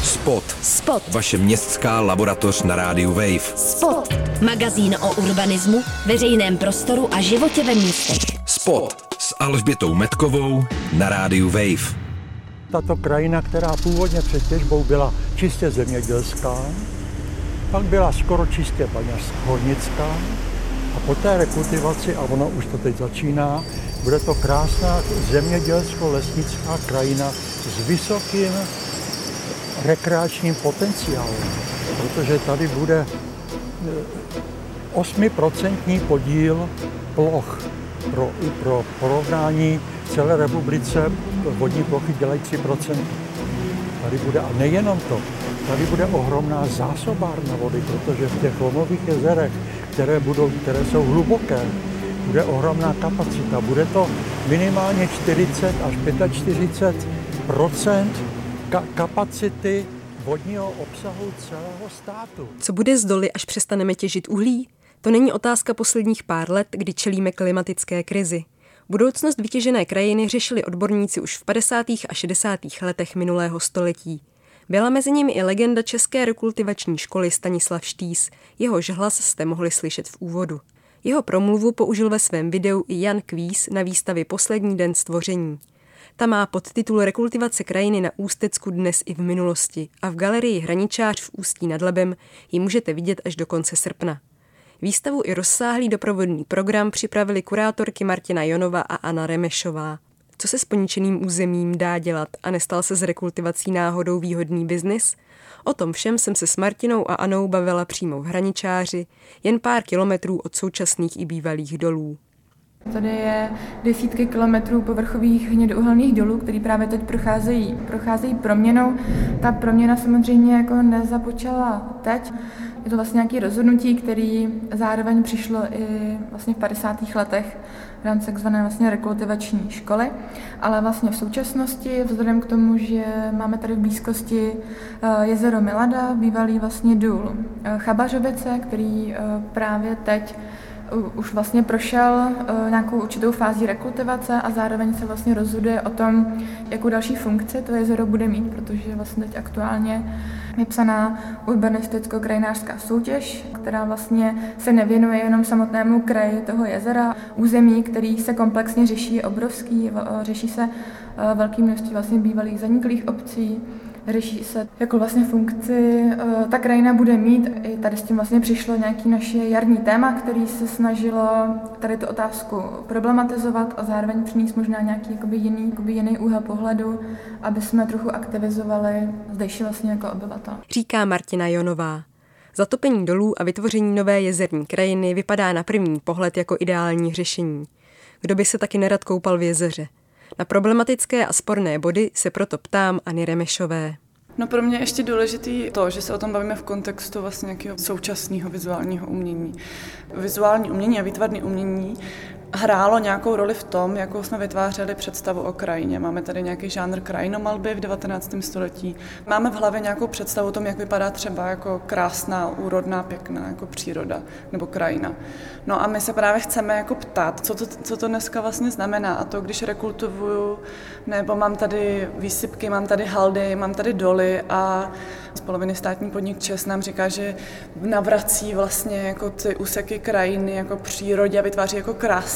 Spot. Spot. Vaše městská laboratoř na rádiu Wave. Spot. Magazín o urbanismu, veřejném prostoru a životě ve městech. Spot s Alžbětou Metkovou na rádiu Wave. Tato krajina, která původně před těžbou byla čistě zemědělská, pak byla skoro čistě hornická a po té rekultivaci, a ono už to teď začíná, bude to krásná zemědělsko-lesnická krajina s vysokým rekreačním potenciálem, protože tady bude 8% podíl ploch. Pro porovnání celé republice vodní plochy dělají 3%. Tady bude, a nejenom to, tady bude ohromná zásobárna vody, protože v těch lomových jezerech, které jsou hluboké, bude ohromná kapacita. Bude to minimálně 40 až 45% kapacity vodního obsahu celého státu. Co bude s doly, až přestaneme těžit uhlí? To není otázka posledních pár let, kdy čelíme klimatické krizi. Budoucnost vytěžené krajiny řešili odborníci už v 50. a 60. letech minulého století. Byla mezi nimi i legenda České rekultivační školy Stanislav Štýs, jehož hlas jste mohli slyšet v úvodu. Jeho promluvu použil ve svém videu i Jan Kvíz na výstavě Poslední den stvoření. Ta má podtitul Rekultivace krajiny na Ústecku dnes i v minulosti a v galerii Hraničář v Ústí nad Labem ji můžete vidět až do konce srpna. Výstavu i rozsáhlý doprovodný program připravili kurátorky Martina Jonová a Anna Remešová. Co se s poničeným územím dá dělat a nestal se z rekultivací náhodou výhodný biznis? O tom všem jsem se s Martinou a Anou bavila přímo v Hraničáři, jen pár kilometrů od současných i bývalých dolů. Tady je desítky kilometrů povrchových hnědouhelných dolů, které právě teď procházejí proměnou. Ta proměna samozřejmě jako nezapočala teď. Je to vlastně nějaké rozhodnutí, které zároveň přišlo i vlastně v 50. letech v rámci takzvané vlastně rekultivační školy. Ale vlastně v současnosti, vzhledem k tomu, že máme tady v blízkosti jezero Milada, bývalý vlastně důl Chabařovice, který právě teď už vlastně prošel nějakou určitou fází rekultivace a zároveň se vlastně rozhoduje o tom, jakou další funkci to jezero bude mít, protože vlastně teď aktuálně je psaná urbanisticko-krajinářská soutěž, která vlastně se nevěnuje jenom samotnému kraji toho jezera. Území, který se komplexně řeší, je obrovský, řeší se velké množství vlastně bývalých zaniklých obcí, řeší se, jakou vlastně funkci ta krajina bude mít. I tady s tím vlastně přišlo nějaký naše jarní téma, který se snažilo tady tu otázku problematizovat a zároveň přinést možná nějaký jiný úhel pohledu, aby jsme trochu aktivizovali zdejší vlastně jako obyvatel. Říká Martina Jonová. Zatopení dolů a vytvoření nové jezerní krajiny vypadá na první pohled jako ideální řešení. Kdo by se taky nerad koupal v jezeře? Na problematické a sporné body se proto ptám Anny Remešové. No pro mě ještě důležitý to, že se o tom bavíme v kontextu vlastně nějakého současného vizuálního umění. Vizuální umění a výtvarné umění hrálo nějakou roli v tom, jakou jsme vytvářeli představu o krajině. Máme tady nějaký žánr krajinomalby v 19. století. Máme v hlavě nějakou představu o tom, jak vypadá třeba jako krásná, úrodná, pěkná jako příroda nebo krajina. No a my se právě chceme jako ptát, co to dneska vlastně znamená. A to, když rekultivuju, nebo mám tady výsypky, mám tady haldy, mám tady doly a z poloviny státní podnik ČEZ nám říká, že navrací vlastně jako ty úseky krajiny jako přírodě a vytváří jako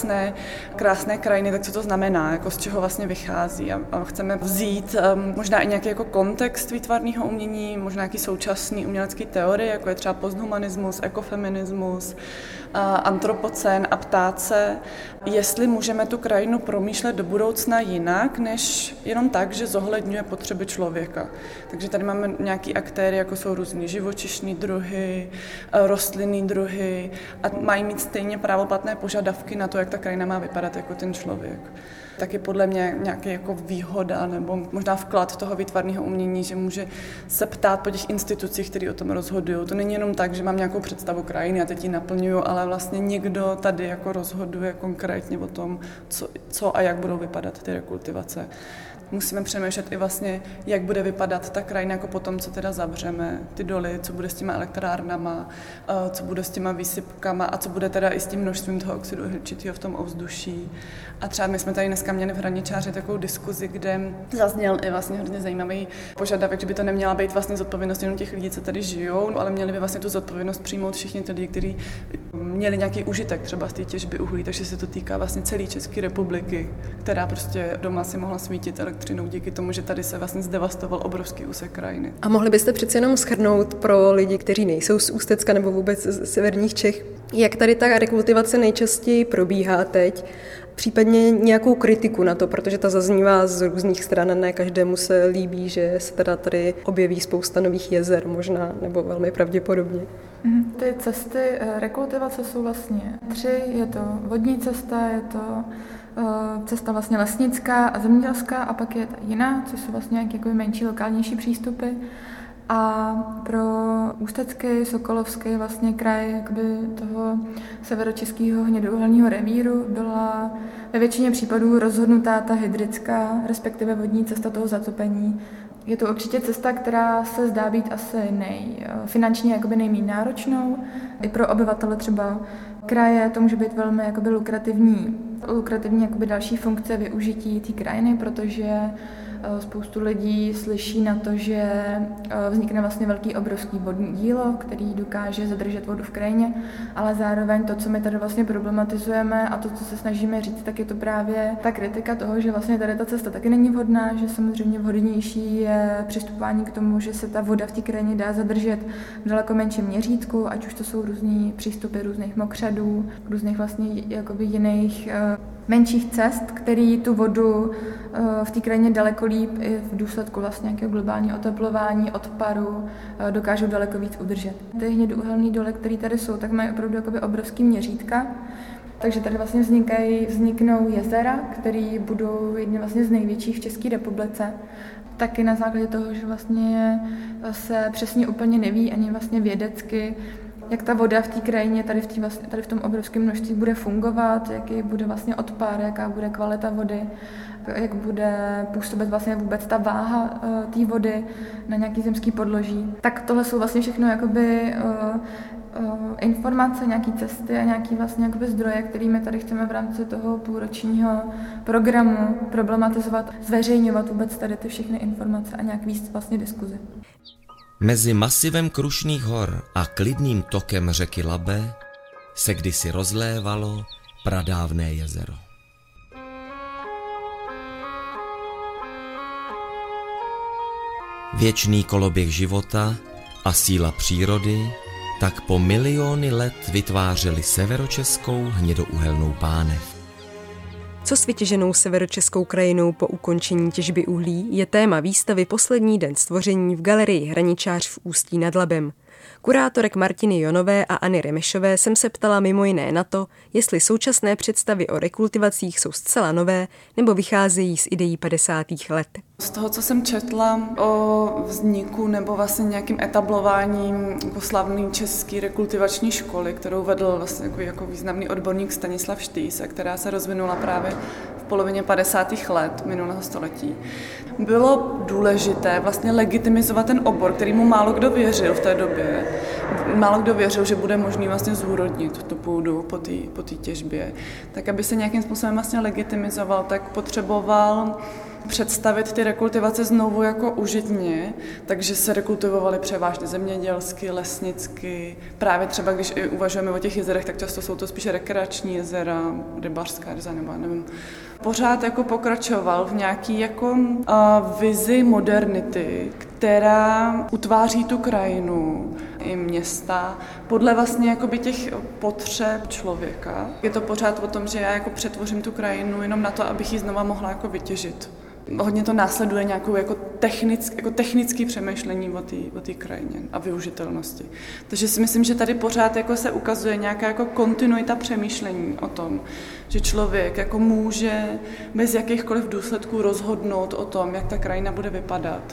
krásné krajiny, tak co to znamená, jako z čeho vlastně vychází. A chceme vzít možná i nějaký jako kontext výtvarného umění, možná nějaký současný umělecký teorie, jako je třeba posthumanismus, ekofeminismus, antropocén a ptát se, jestli můžeme tu krajinu promýšlet do budoucna jinak, než jenom tak, že zohledňuje potřeby člověka. Takže tady máme nějaký aktéry, jako jsou různý živočišní druhy, rostlinný druhy a mají mít stejně právoplatné požadavky na to, jak ta krajina má vypadat jako ten člověk. Tak je podle mě nějaký jako výhoda nebo možná vklad toho výtvarného umění, že může se ptát po těch institucích, které o tom rozhodují. To není jenom tak, že mám nějakou představu krajiny a teď ji naplňuju, ale vlastně někdo tady jako rozhoduje konkrétně o tom, co a jak budou vypadat ty rekultivace. musíme přemýšlet i vlastně, jak bude vypadat ta krajina jako potom, co teda zavřeme ty doly, co bude s těma elektrárnama, co bude s těma výsypkama a co bude teda i s tím množstvím toho oxidu uhličitého v tom ovzduší. A třeba my jsme tady dneska měli v Hraničáři takovou diskuzi, kde zazněl i vlastně hodně zajímavý požadavek, že by to neměla být vlastně zodpovědnost jenom těch lidí, co tady žijou, ale měli by vlastně tu zodpovědnost přijmout všichni ty lidi, kteří měli nějaký užitek třeba z té těžby uhlí, takže se to týká vlastně celé České republiky, která prostě doma si mohla svítit elektřinou díky tomu, že tady se vlastně zdevastoval obrovský úsek krajiny. A mohli byste přeci jenom shrnout pro lidi, kteří nejsou z Ústecka nebo vůbec z severních Čech, jak tady ta rekultivace nejčastěji probíhá teď, případně nějakou kritiku na to, protože ta zaznívá z různých stran, ne každému se líbí, že se teda tady objeví spousta nových jezer možná, nebo velmi pravděpodobně. Ty cesty rekultivace jsou vlastně 3, je to vodní cesta, je to cesta vlastně lesnická a zemědělská a pak je ta jiná, což jsou vlastně nějaké jako menší, lokálnější přístupy. A pro Ústecký, Sokolovský vlastně kraj jakoby toho severočeského hnědouhelného revíru byla ve většině případů rozhodnutá ta hydrická, respektive vodní cesta toho zatopení. Je to určitě cesta, která se zdá být asi finančně jakoby nejméně náročnou. I pro obyvatele třeba kraje to může být velmi jakoby lukrativní jakoby další funkce využití té krajiny, protože spoustu lidí slyší na to, že vznikne vlastně velký obrovský vodní dílo, který dokáže zadržet vodu v krajině, ale zároveň to, co my tady vlastně problematizujeme a to, co se snažíme říct, tak je to právě ta kritika toho, že vlastně tady ta cesta taky není vhodná, že samozřejmě vhodnější je přistupování k tomu, že se ta voda v té krajině dá zadržet v daleko menším měřítku, ať už to jsou různý přístupy různých mokřadů, různých vlastně jakoby jiných menších cest, který tu vodu v té krajině daleko líp i v důsledku vlastně nějakého globálního oteplování, odparu dokážou daleko víc udržet. Ty hnědouhelné doly, které tady jsou, tak mají opravdu jakoby obrovský měřítka. Takže tady vlastně vzniknou jezera, které budou jedny vlastně z největších v České republice. Taky na základě toho, že vlastně se přesně úplně neví ani vlastně vědecky, jak ta voda v té krajině tady v tom obrovském množství bude fungovat, jaký bude vlastně odpar, jaká bude kvalita vody, jak bude působit vlastně vůbec ta váha té vody na nějaký zemský podloží. Tak tohle jsou vlastně všechno jakoby informace, nějaké cesty a nějaké vlastně jakoby zdroje, kterými tady chceme v rámci toho půlročního programu problematizovat, zveřejňovat vůbec tady ty všechny informace a nějak víc vlastně diskuzi. Mezi masivem Krušných hor a klidným tokem řeky Labe se kdysi rozlévalo pradávné jezero. Věčný koloběh života a síla přírody tak po miliony let vytvářely severočeskou hnědouhelnou pánev. Co s vytěženou severočeskou krajinou po ukončení těžby uhlí je téma výstavy Poslední den stvoření v galerii Hraničář v Ústí nad Labem. Kurátorek Martiny Jonové a Anny Remešové jsem se ptala mimo jiné na to, jestli současné představy o rekultivacích jsou zcela nové nebo vycházejí z ideí 50. let. Z toho, co jsem četla o vzniku nebo vlastně nějakým etablováním slavné české rekultivační školy, kterou vedl vlastně jako významný odborník Stanislav Štýs, která se rozvinula právě v polovině 50. let minulého století, bylo důležité vlastně legitimizovat ten obor, kterýmu málo kdo věřil v té době. Málo kdo věřil, že bude možný vlastně zúrodnit tu půdu po té těžbě. Tak aby se nějakým způsobem vlastně legitimizoval, tak potřeboval představit ty rekultivace znovu jako užitně, takže se rekultivovaly převážně zemědělsky, lesnicky. Právě třeba, když uvažujeme o těch jezerech, tak často jsou to spíše rekreační jezera, rybářská jezera, nebo nevím. Pořád jako pokračoval v nějaký jako vizi modernity, která utváří tu krajinu i města podle vlastně jakoby těch potřeb člověka. Je to pořád o tom, že já jako přetvořím tu krajinu jenom na to, abych ji znova mohla jako vytěžit. Hodně to následuje nějakou jako technické přemýšlení o té krajině a využitelnosti. Takže si myslím, že tady pořád jako se ukazuje nějaká jako kontinuita přemýšlení o tom, že člověk jako může bez jakýchkoliv důsledků rozhodnout o tom, jak ta krajina bude vypadat.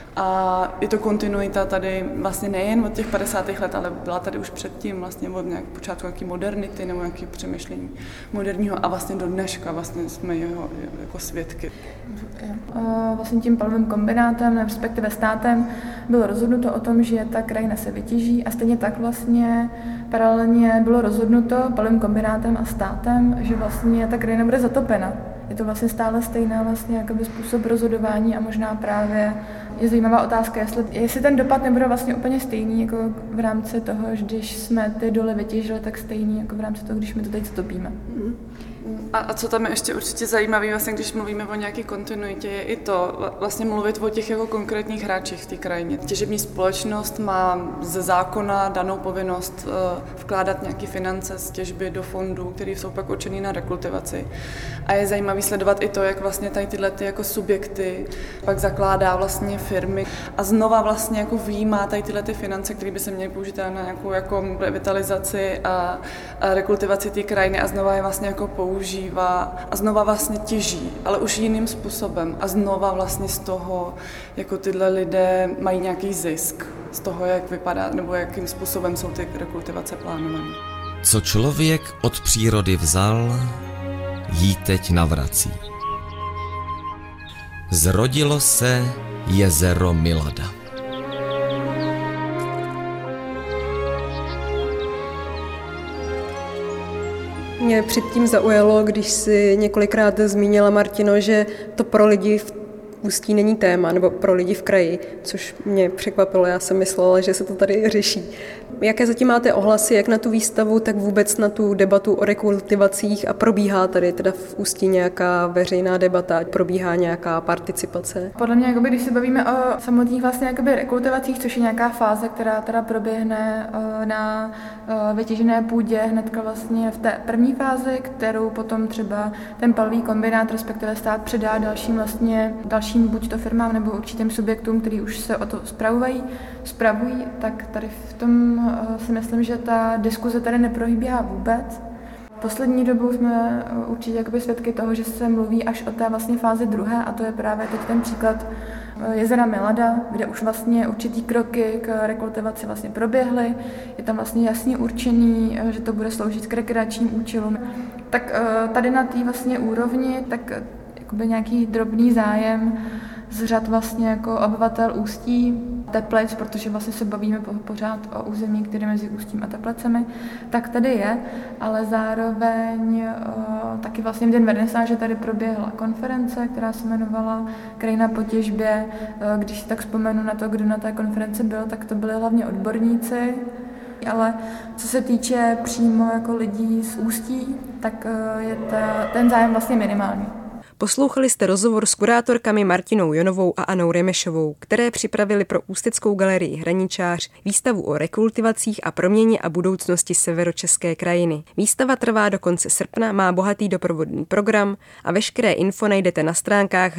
A je to kontinuita tady vlastně nejen od těch 50. let, ale byla tady už předtím vlastně od nějak počátku nějaký modernity nebo nějaký přemýšlení moderního a vlastně do dneška vlastně jsme jeho jako svědky. Vlastně tím palovým kombinátem, respektive státem, bylo rozhodnuto o tom, že ta krajina se vytěží a stejně tak vlastně paralelně bylo rozhodnuto palovým kombinátem a státem, že vlastně ta krajina bude zatopena. Je to vlastně stále stejná vlastně jakoby způsob rozhodování a možná právě je zajímavá otázka, jestli ten dopad nebude vlastně úplně stejný jako v rámci toho, že když jsme ty doly vytěžili, tak stejný jako v rámci toho, když my to teď zatopíme. A co tam je ještě určitě zajímavé, vlastně, když mluvíme o nějaké kontinuitě, je i to vlastně mluvit o těch jako konkrétních hráčích v té krajině. Těžební společnost má ze zákona danou povinnost vkládat nějaké finance z těžby do fondů, které jsou pak určený na rekultivaci. A je zajímavé sledovat i to, jak vlastně tady tyhle ty jako subjekty pak zakládá vlastně firmy a znova vlastně jako vyjímá tady tyhle ty finance, které by se měly použít na nějakou jako revitalizaci a rekultivaci té krajiny a znova je vlastně jako používá a znova vlastně těží, ale už jiným způsobem a znova vlastně z toho, jako tyhle lidé mají nějaký zisk z toho, jak vypadá nebo jakým způsobem jsou ty rekultivace plánované. Co člověk od přírody vzal, jí teď navrací. Zrodilo se jezero Milada. Mě předtím zaujalo, když si několikrát zmínila, Martino, že to pro lidi v Ústí není téma, nebo pro lidi v kraji, což mě překvapilo, já jsem myslela, že se to tady řeší. Jaké zatím máte ohlasy, jak na tu výstavu, tak vůbec na tu debatu o rekultivacích a probíhá tady teda v Ústí nějaká veřejná debata, probíhá nějaká participace? Podle mě, jakoby, když se bavíme o samotných vlastně jakoby rekultivacích, což je nějaká fáze, která teda proběhne na vytěžené půdě hnedka vlastně v té první fázi, kterou potom třeba ten palový kombinát, respektive stát předá dalším buď to firmám nebo určitým subjektům, který už se o to spravují, tak tady v tom si myslím, že ta diskuze tady neprohýbá vůbec. Poslední dobou jsme určitě jakoby svědky toho, že se mluví až o té vlastně fázi druhé a to je právě teď ten příklad jezera Milada, kde už vlastně určitý kroky k rekultivaci vlastně proběhly. Je tam vlastně jasně určený, že to bude sloužit k rekreačním účelům. Tak tady na té vlastně úrovni, tak jakoby nějaký drobný zájem z řad vlastně jako obyvatel Ústí, Teplic, protože vlastně se bavíme pořád o území, které mezi Ústím a Teplicemi, tak tady je, ale zároveň taky vlastně v den vernisáže tady proběhla konference, která se jmenovala Krajina po těžbě. Když si tak vzpomenu na to, kdo na té konferenci byl, tak to byli hlavně odborníci, ale co se týče přímo jako lidí z Ústí, tak je ten zájem vlastně minimální. Poslouchali jste rozhovor s kurátorkami Martinou Jonovou a Anou Remešovou, které připravili pro Ústeckou galerii Hraničář výstavu o rekultivacích a proměně a budoucnosti severočeské krajiny. Výstava trvá do konce srpna, má bohatý doprovodný program a veškeré info najdete na stránkách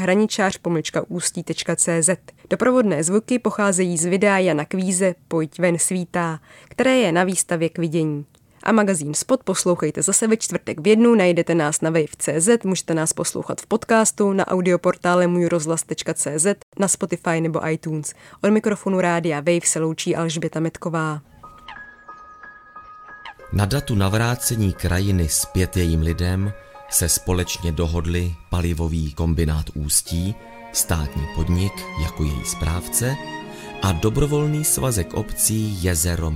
hraničář-ústí.cz. Doprovodné zvuky pocházejí z videa Jana Kvíze Pojď ven svítá, které je na výstavě k vidění. A magazín Spot poslouchejte zase ve čtvrtek v 1, najdete nás na wave.cz, můžete nás poslouchat v podcastu, na audioportále můjrozhlas.cz, na Spotify nebo iTunes. Od mikrofonu rádia Wave se loučí Alžběta Metková. Na datu navrácení krajiny zpět jejím lidem se společně dohodli palivový kombinát Ústí, státní podnik jako její správce a dobrovolný svazek obcí Jezero.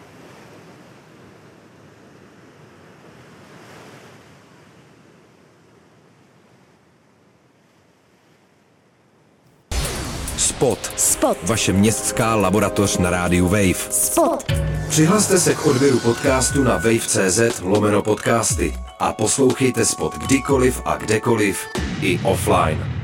Spot. Vaše městská laboratoř na rádiu Wave. Spot. Přihlaste se k odběru podcastu na wave.cz/podcasty a poslouchejte Spot kdykoliv a kdekoliv i offline.